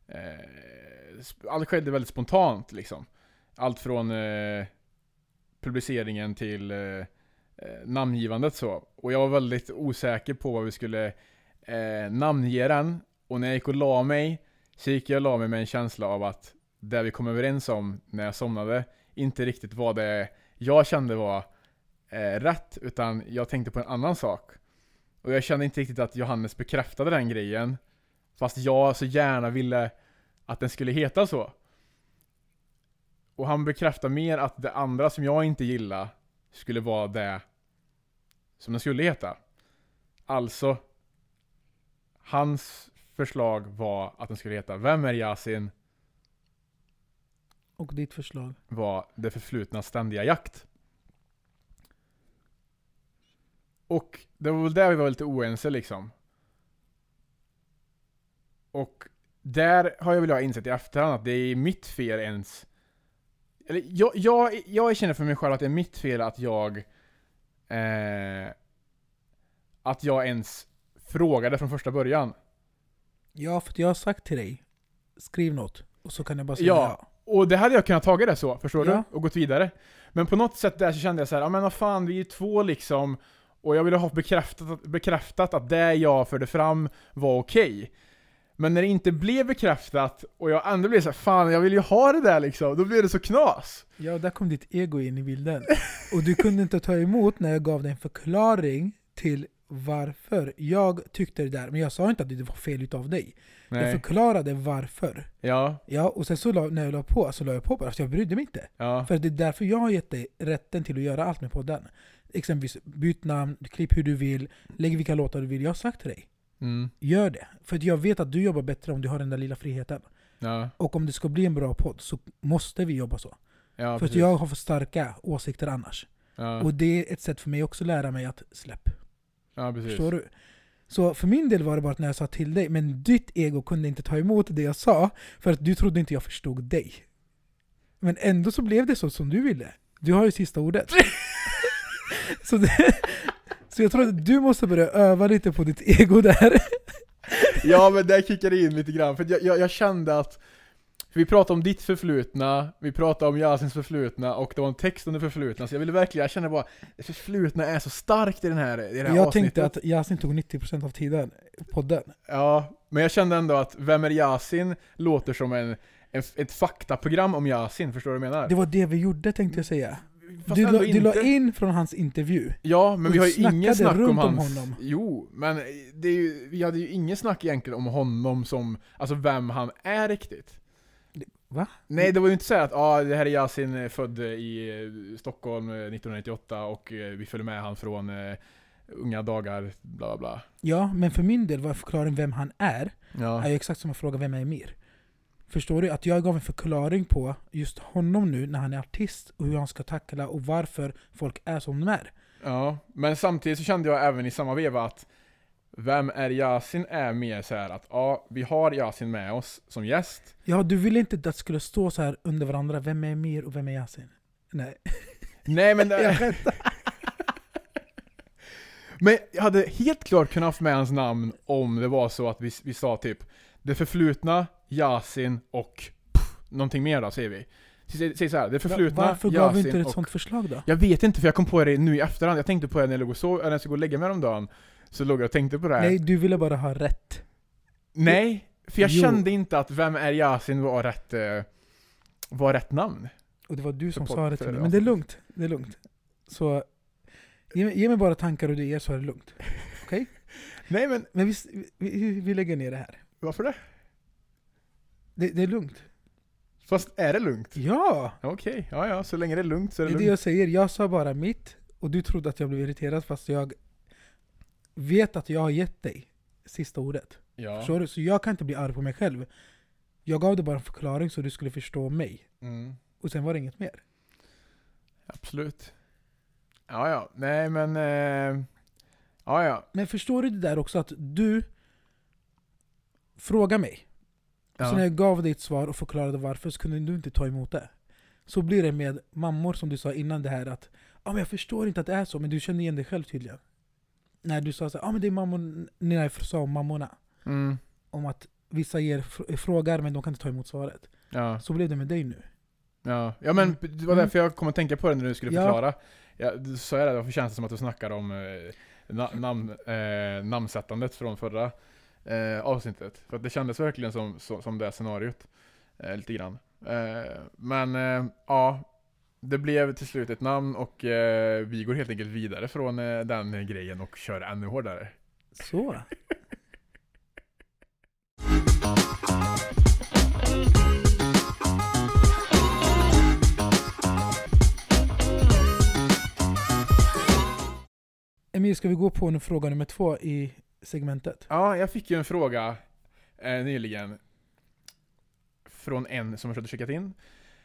allt skedde väldigt spontant liksom. Allt från publiceringen till namngivandet så. Och jag var väldigt osäker på vad vi skulle namnge den. Och när jag gick och la mig så gick jag och la mig med en känsla av att det vi kom överens om när jag somnade inte riktigt var det jag kände var rätt, utan jag tänkte på en annan sak. Och jag kände inte riktigt att Johannes bekräftade den grejen, fast jag så gärna ville att den skulle heta så. Och han bekräftade mer att det andra som jag inte gillade skulle vara det som den skulle heta. Alltså, hans förslag var att den skulle heta Vem är Yasin? Och ditt förslag var Det förflutna ständiga jakt. Och det var väl där vi var lite oense liksom. Och där har jag väl insett i efterhand att det är mitt fel ens. Eller jag känner för mig själv att det är mitt fel att jag ens frågade från första början. Ja, för jag har sagt till dig, skriv något. Och så kan jag bara säga ja. Och det hade jag kunnat tagit det så, förstår ja. du? Och gått vidare. Men på något sätt där så kände jag så här, ja men vad fan, vi är 2 liksom. Och jag ville ha bekräftat att det jag förde fram var okej. Men när det inte blev bekräftat och jag ändå blev så här, fan jag vill ju ha det där liksom. Då blev det så knas. Ja, där kom ditt ego in i bilden. Och du kunde inte ta emot när jag gav dig en förklaring till varför jag tyckte det där. Men jag sa inte att det var fel utav dig. Nej. Jag förklarade varför. Ja. Ja, och sen så när jag la på så la jag på bara, så jag brydde mig inte. Ja. För det är därför jag har gett dig rätten till att göra allt med podden. Exempelvis byt namn, klipp hur du vill, lägg vilka låtar du vill. Jag har sagt till dig. Gör det. För att jag vet att du jobbar bättre om du har den där lilla friheten. Ja. Och om det ska bli en bra podd så måste vi jobba så. Ja, för att jag har för starka åsikter annars. Ja. Och det är ett sätt för mig också att lära mig att släppa. Ja, precis. Förstår du? Så för min del var det bara att när jag sa till dig, men ditt ego kunde inte ta emot det jag sa, för att du trodde inte jag förstod dig. Men ändå så blev det så som du ville. Du har ju sista ordet. så, så jag tror att du måste börja öva lite på ditt ego där. Ja, men där kickade in lite grann. För jag kände att vi pratade om ditt förflutna, vi pratade om Yasins förflutna, och det var en text om det förflutna. Så jag kände bara, det förflutna är så starkt i det här jag avsnittet. Tänkte att Yasin tog 90% av tiden på den. Ja, men jag kände ändå att Vem är Yasin låter som ett faktaprogram om Yasin, förstår du vad jag menar? Det var det vi gjorde, tänkte jag säga. Fast Du la in från hans intervju. Ja, men vi har ju ingen snack om honom. Jo, men vi hade ju ingen snack egentligen om honom som, alltså vem han är riktigt. Va? Nej, det var ju inte så att det här är Yasin, född i Stockholm 1998 och vi följer med han från unga dagar, bla bla. Ja, men för min del var förklaringen vem han är ju exakt som att fråga vem är Emir. Förstår du? Att jag gav en förklaring på just honom nu när han är artist och hur han ska tackla och varför folk är som de är. Ja, men samtidigt så kände jag även i samma veva att Vem är Yasin är mer så här att vi har Yasin med oss som gäst. Ja, du ville inte att det skulle stå så här under varandra, vem är Emir och vem är Yasin? Nej. Nej, men men jag hade helt klart kunnat haft med hans namn om det var så att vi sa typ det förflutna, Yasin och någonting mer då, säger vi. Säg så här, det förflutna, varför gav vi inte ett sånt förslag då? Jag vet inte, för jag kom på det nu i efterhand. Jag tänkte på det när jag skulle gå och lägga mig om dagen. Så låg jag och tänkte på det här. Nej, du ville bara ha rätt. Nej, för jag kände inte att Vem är Yasin var rätt namn. Och det var du som sa det till mig. Men det är lugnt. Så ge mig bara tankar och idéer så är det lugnt. Okej? Okay? Nej, men vi lägger ner det här. Varför det? Det är lugnt. Fast är det lugnt? Ja! Okej, ja, så länge det är lugnt så är det lugnt. Det är det jag säger, jag sa bara mitt och du trodde att jag blev irriterad fast jag vet att jag har gett dig sista ordet. Ja. Så jag kan inte bli arg på mig själv. Jag gav dig bara en förklaring så du skulle förstå mig. Och sen var det inget mer. Absolut. Ja. Nej, men ja. Men förstår du det där också att du frågar mig. Ja. Så när jag gav dig ett svar och förklarade varför så kunde du inte ta emot det. Så blir det med mammor som du sa innan det här att men jag förstår inte att det är så, men du känner igen dig själv tydligen. När du sa så men det är mammor, när jag sa om mammorna. Om att vissa frågar men de kan inte ta emot svaret. Ja. Så blev det med dig nu. Ja, men det var därför jag kom att tänka på det när du skulle förklara. Du sa det, varför känns det som att du snackar om namnsättandet från förra avsnittet. För att det kändes verkligen som det scenariot. Lite grann. Men det blev till slut ett namn och vi går helt enkelt vidare från den grejen och kör ännu hårdare. Så. Emil, ska vi gå på fråga nummer 2 i segmentet? Ja, jag fick ju en fråga nyligen från en som har skickat in.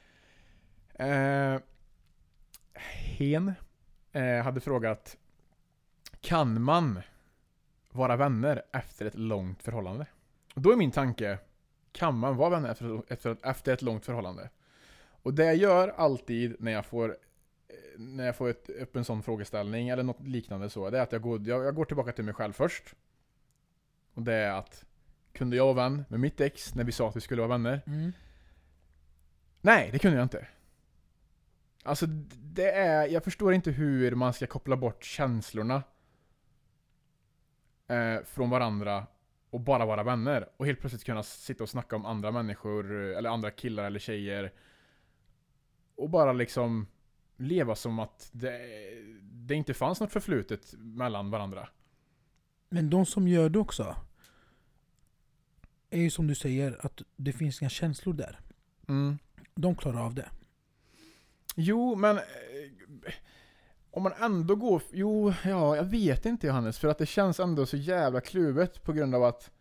Hen hade frågat: kan man vara vänner efter ett långt förhållande? Och då är min tanke, kan man vara vänner efter ett långt förhållande? Och det jag gör alltid när jag får upp en sån frågeställning eller något liknande så, det är att jag går tillbaka till mig själv först. Och det är att, kunde jag vara vän med mitt ex när vi sa att vi skulle vara vänner? Nej, det kunde jag inte. Alltså jag förstår inte hur man ska koppla bort känslorna från varandra och bara vara vänner. Och helt plötsligt kunna sitta och snacka om andra människor eller andra killar eller tjejer. Och bara liksom leva som att det inte fanns något förflutet mellan varandra. Men de som gör det också är ju som du säger att det finns inga känslor där. De klarar av det. Jo, men om man ändå går... jag vet inte, Johannes. För att det känns ändå så jävla kluvet på grund av att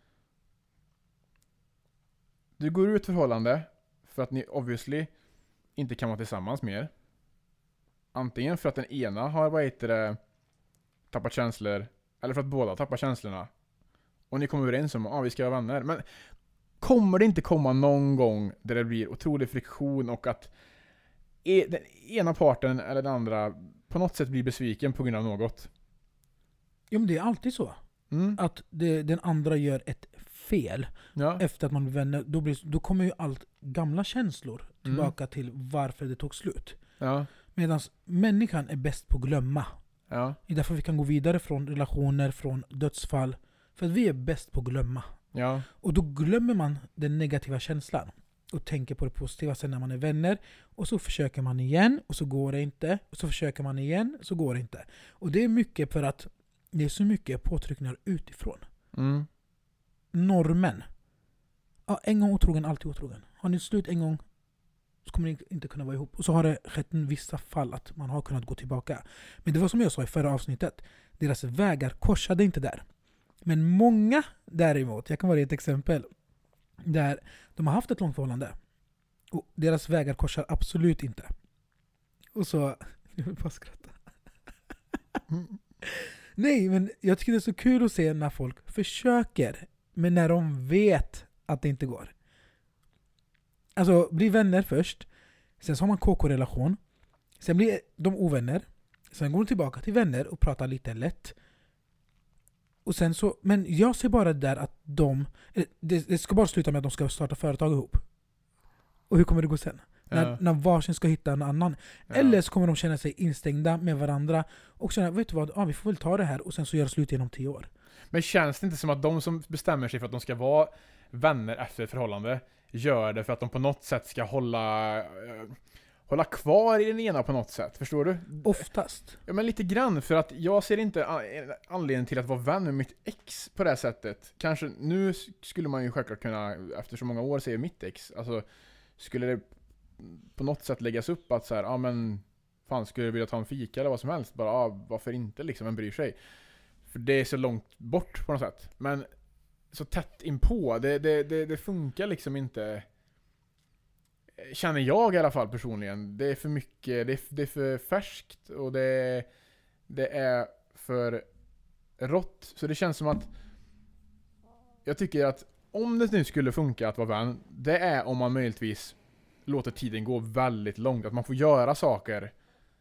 du går ut förhållande för att ni obviously inte kan vara tillsammans mer. Antingen för att den ena har tappat känslor, eller för att båda tappar känslorna. Och ni kommer överens om att vi ska vara vänner. Men kommer det inte komma någon gång där det blir otrolig friktion och att den ena parten eller den andra på något sätt blir besviken på grund av något? Jo, men det är alltid så. Att den andra gör ett fel efter att man är vänner. Då kommer ju allt gamla känslor tillbaka till varför det tog slut. Ja. Medan människan är bäst på att glömma. Ja. Det är därför vi kan gå vidare från relationer, från dödsfall. För att vi är bäst på att glömma. Ja. Och då glömmer man den negativa känslan. Och tänker på det positiva sen när man är vänner. Och så försöker man igen och så går det inte. Och så försöker man igen så går det inte. Och det är mycket för att det är så mycket påtryckningar utifrån. Normen. Ja, en gång otrogen, alltid otrogen. Har ni slut en gång så kommer ni inte kunna vara ihop. Och så har det skett i vissa fall att man har kunnat gå tillbaka. Men det var som jag sa i förra avsnittet. Deras vägar korsade inte där. Men många däremot, jag kan vara ett exempel, där de har haft ett långt förhållande. Och deras vägar korsar absolut inte. Och så... Jag vill bara skratta. Nej, men jag tycker det är så kul att se när folk försöker. Men när de vet att det inte går. Alltså, bli vänner först. Sen så har man KK-relation. Sen blir de ovänner. Sen går de tillbaka till vänner och pratar lite lätt. Och sen så, men jag ser bara där att det ska bara sluta med att de ska starta företag ihop. Och hur kommer det gå sen? När varsin ska hitta en annan. Eller så kommer de känna sig instängda med varandra och känna, vet du vad, vi får väl ta det här och sen så göra slut inom 10 år. Men känns det inte som att de som bestämmer sig för att de ska vara vänner efter ett förhållande gör det för att de på något sätt ska hålla kvar i den ena på något sätt, förstår du? Oftast. Ja, men lite grann, för att jag ser inte anledningen till att vara vän med mitt ex på det här sättet. Kanske, nu skulle man ju självklart kunna, efter så många år, se mitt ex. Alltså, skulle det på något sätt läggas upp att så här, men fan, skulle du vilja ta en fika eller vad som helst? Bara, varför inte liksom, en bryr sig. För det är så långt bort på något sätt. Men så tätt inpå, det funkar liksom inte. Känner jag i alla fall personligen. Det är för mycket, det är för färskt och det är för rått. Så det känns som att jag tycker att om det nu skulle funka att vara vän, det är om man möjligtvis låter tiden gå väldigt långt. Att man får göra saker,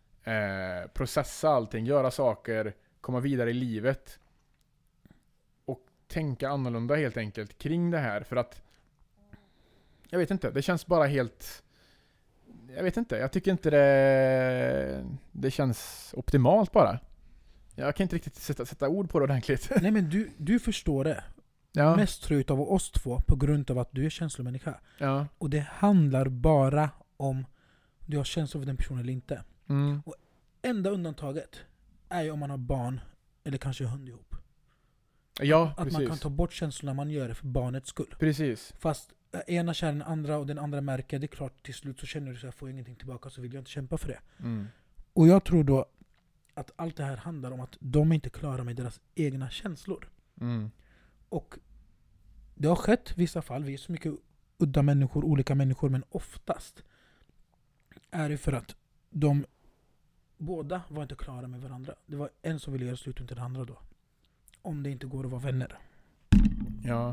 processa allting, göra saker, komma vidare i livet och tänka annorlunda helt enkelt kring det här. För att jag vet inte, det känns bara helt... Jag vet inte, jag tycker inte det känns optimalt bara. Jag kan inte riktigt sätta ord på det ordentligt. Nej, men du förstår det. Ja. Mest tror jag av oss två på grund av att du är känslomänniska. Ja. Och det handlar bara om du har känslor för den personen eller inte. Och enda undantaget är ju om man har barn eller kanske hund ihop. Ja, att precis. man kan ta bort känslorna man gör det för barnets skull. Precis. Fast ena känner den andra och den andra märker, det är klart till slut så känner du så jag får ingenting tillbaka så vill jag inte kämpa för det. Och jag tror då att allt det här handlar om att de inte klarar med deras egna känslor. Och det har skett i vissa fall, vi är så mycket udda människor, olika människor, men oftast är det för att de båda var inte klara med varandra. Det var en som ville göra slut till den andra då. Om det inte går att vara vänner. Ja.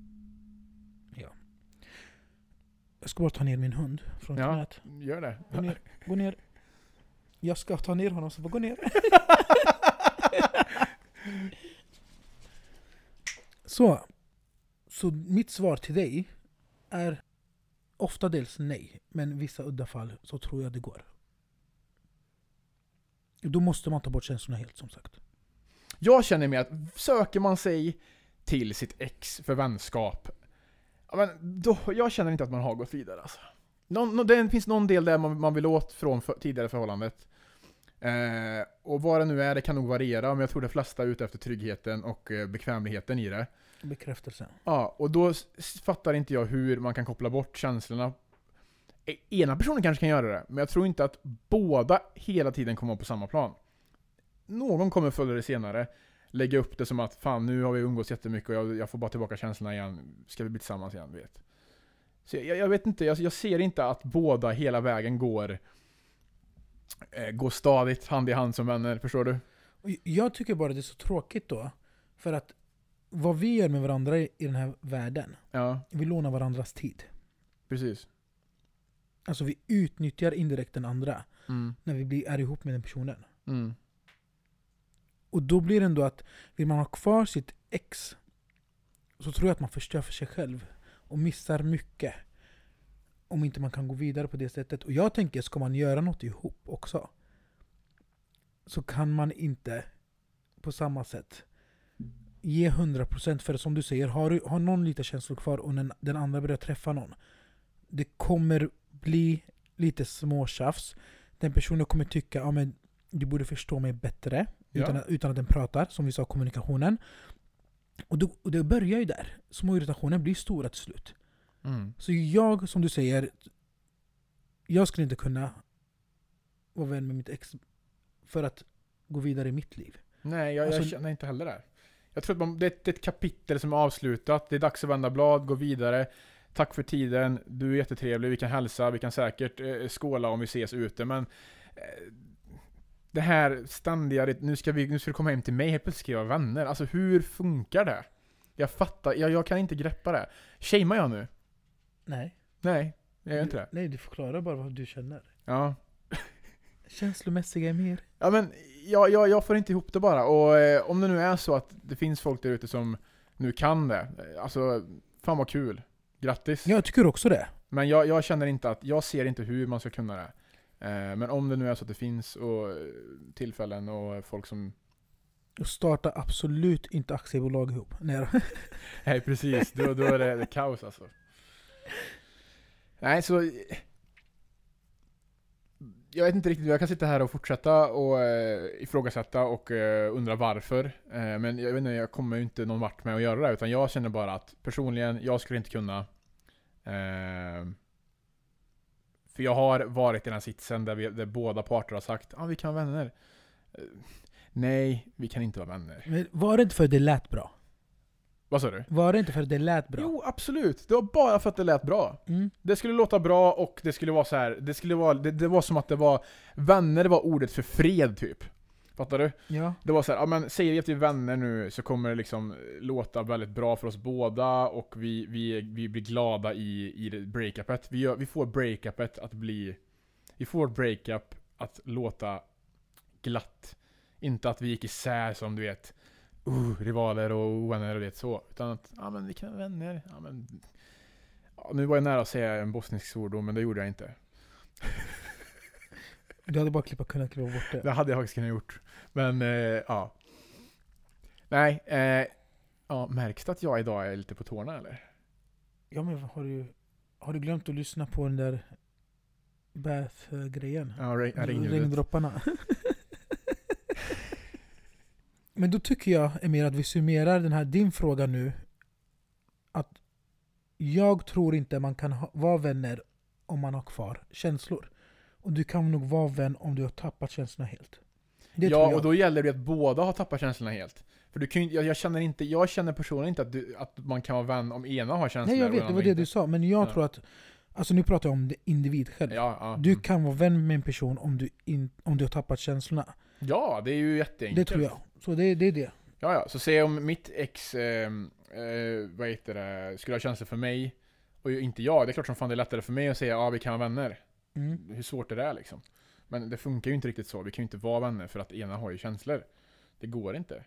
Jag ska bara ta ner min hund från knät. Gör det. Gå ner. Jag ska ta ner honom så bara gå ner. Så mitt svar till dig är ofta dels nej. Men vissa udda fall så tror jag det går. Då måste man ta bort känslorna helt, som sagt. Jag känner mig att söker man sig till sitt ex för vänskap, men då, jag känner inte att man har gått vidare alltså. Det finns någon del där man vill åt från tidigare förhållandet. Och vad det nu är, det kan nog variera, men jag tror de flesta är ute efter tryggheten och bekvämligheten i det. Bekräftelsen. Ja, och då fattar inte jag hur man kan koppla bort känslorna. Ena personen kanske kan göra det, men jag tror inte att båda hela tiden kommer på samma plan. Någon kommer förr eller senare lägga upp det som att fan, nu har vi umgås jättemycket och jag får bara tillbaka känslorna igen. Ska vi bli tillsammans igen, vet. Så jag vet inte, jag ser inte att båda hela vägen går stadigt hand i hand som vänner, förstår du? Jag tycker bara det är så tråkigt då. För att vad vi gör med varandra i den här världen, Ja, vi lånar varandras tid. precis. Alltså vi utnyttjar indirekt den andra Mm. när vi är ihop med den personen. Mm. Och då blir det ändå att vill man ha kvar sitt ex, så tror jag att man förstör för sig själv och missar mycket om inte man kan gå vidare på det sättet. Och jag tänker, ska man göra något ihop också, så kan man inte på samma sätt ge 100%. För som du säger, har någon lite känslor kvar och den andra börjar träffa någon, det kommer bli lite småtjafs. Den personen kommer tycka, ja men du borde förstå mig bättre, Ja. utan att den pratar, som vi sa, kommunikationen. Och det börjar ju där. Små irritationer blir stora till slut. Mm. Så jag, som du säger, jag skulle inte kunna vara vän med mitt ex för att gå vidare i mitt liv. Nej, jag Alltså- känner inte heller det. Jag tror att det är ett kapitel som är avslutat. Det är dags att vända blad, gå vidare. Tack för tiden, du är jättetrevlig, vi kan hälsa, vi kan säkert skåla om vi ses ute, men det här ständiga, nu ska du komma hem till mig, helt plötsligt ska jag vara vänner. Alltså hur funkar det? Jag fattar, jag kan inte greppa det. Shamear jag nu? Nej. Nej, jag gör inte det. Nej, du förklarar bara vad du känner. Ja. Känslomässiga är mer. Ja men, jag får inte ihop det bara. Och om det nu är så att det finns folk där ute som nu kan det, alltså fan vad kul. Grattis. Jag tycker också det. Men jag känner inte att, jag ser inte hur man ska kunna det. Men om det nu är så att det finns och tillfällen och folk som... Och starta absolut inte aktiebolag ihop. Nej då. Nej precis, då är det kaos alltså. Nej så... Jag vet inte riktigt, jag kan sitta här och fortsätta och ifrågasätta och undra varför. Men jag vet inte, jag kommer ju inte någon vart med att göra det. Utan jag känner bara att personligen, jag skulle inte kunna... För jag har varit i den här sitsen där båda parter har sagt vi kan vara vänner. Nej, vi kan inte vara vänner. Men var det inte för att det lät bra? Vad sa du? Var det inte för att det lät bra? Jo, absolut. Det var bara för att det lät bra. Mm. Det skulle låta bra och det skulle vara så här. Det var som att det var vänner, det var ordet för fred typ. Fattar du? Ja. Det var så här, men säger vi att vi är vänner nu så kommer det liksom låta väldigt bra för oss båda och vi blir glada i det breakupet. Vi får breakupet att bli... Vi får breakup att låta glatt. Inte att vi gick isär som du vet rivaler och ovänner och det så. Utan att, men vi kan vara vänner. Nu var jag nära att säga en bosnisk svordom, men det gjorde jag inte. Du hade bara kunnat klippa bort det. Det hade jag faktiskt kunnat gjort. Men, ja. Nej, märks det att jag idag är lite på tårna eller? Ja, men har du glömt att lyssna på den där bath-grejen? Ja, regnljudet. Regndropparna. Men då tycker jag, Emir, att vi summerar din fråga nu. Att jag tror inte man kan vara vänner om man har kvar känslor. Och du kan nog vara vän om du har tappat känslorna helt. Det tror jag. Och då gäller det att båda har tappat känslorna helt. För du kan ju, jag känner personligen inte att man kan vara vän om ena har känslor. Nej, jag vet, det var det inte. du sa. Men jag tror att, alltså nu pratar jag om individ själv. Du kan vara vän med en person om du har tappat känslorna. Ja, det är ju jätteenkelt. Det tror jag. Så det är det. Ja. Så se om mitt ex skulle ha känslor för mig och inte jag. Det är klart som fan det är lättare för mig att säga vi kan vara vänner. Mm. Hur svårt är det liksom? Men det funkar ju inte riktigt så. Vi kan ju inte vara vänner för att ena har ju känslor. Det går inte.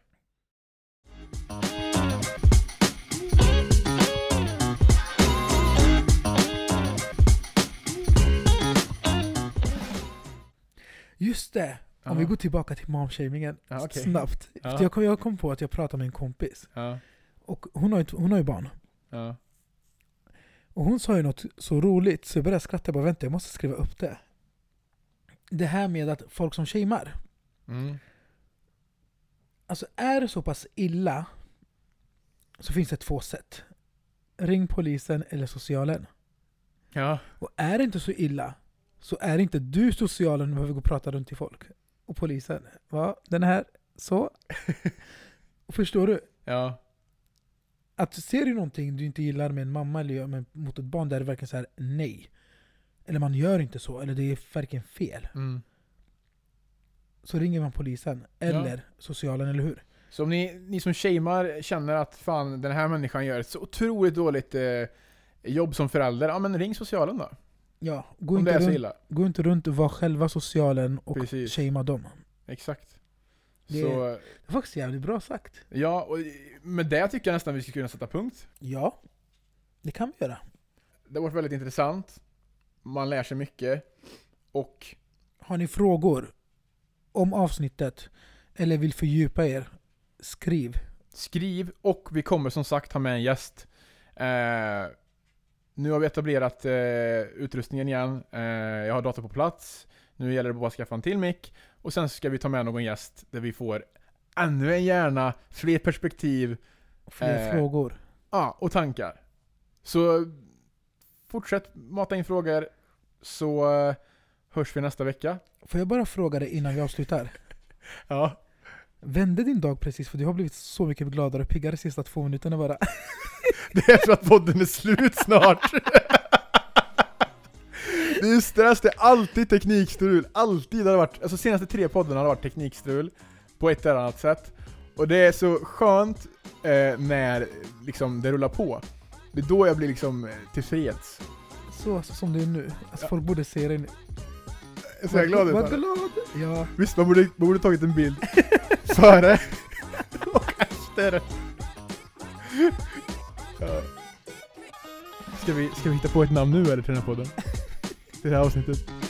Just det. Om vi går tillbaka till momshamingen snabbt. Ja. Jag kom på att jag pratade med en kompis. Ja. Och hon har ju barn. Ja. Och hon sa ju något så roligt så jag började skratta. Bara vänta, jag måste skriva upp det. Det här med att folk som shamear. Mm. Alltså är det så pass illa så finns det 2 sätt. Ring polisen eller socialen. Ja. Och är det inte så illa så är det inte du socialen som behöver gå och prata runt till folk. Och polisen. Va? Den här så. Förstår du? Ja. Att ser du någonting du inte gillar med en mamma eller mot ett barn där det verkar så här nej. Eller man gör inte så. Eller det är verkligen fel. Mm. Så ringer man polisen. Eller socialen, eller hur? Så om ni som shamear känner att fan den här människan gör ett så otroligt dåligt jobb som förälder, ja men ring socialen då. Ja, Om det är så illa. gå inte runt och vara själva socialen och Precis. shamea dem. Exakt. Det är faktiskt jävligt bra sagt. Ja, och med det tycker jag nästan vi skulle kunna sätta punkt. Ja, det kan vi göra. Det har varit väldigt intressant. Man lär sig mycket. Och Har ni frågor om avsnittet eller vill fördjupa er, skriv. Och vi kommer som sagt ha med en gäst. Nu har vi etablerat utrustningen igen. Jag har dator på plats. Nu gäller det bara att skaffa en till mic. Och sen ska vi ta med någon gäst där vi får ännu en hjärna, fler perspektiv. Fler frågor. Ja, och tankar. Så fortsätt mata in frågor, så hörs vi nästa vecka. Får jag bara fråga dig innan vi avslutar? Ja. Vände din dag precis? För du har blivit så mycket gladare och piggare de sista 2 minuterna bara. Det är för att podden är slut snart. Det är stress, det är alltid teknikstrul. Alltid har det varit, alltså senaste 3 poddarna har det varit teknikstrul på ett eller annat sätt. Och det är så skönt när liksom det rullar på. Det är då jag blir liksom tillfreds. Så som det är nu. Alltså folk borde se dig nu. Så jag är glad. Var glad. Ja. Visst, man borde tagit en bild före och efter. Ja. Ska vi hitta på ett namn nu eller till den här podden? Till det här avsnittet?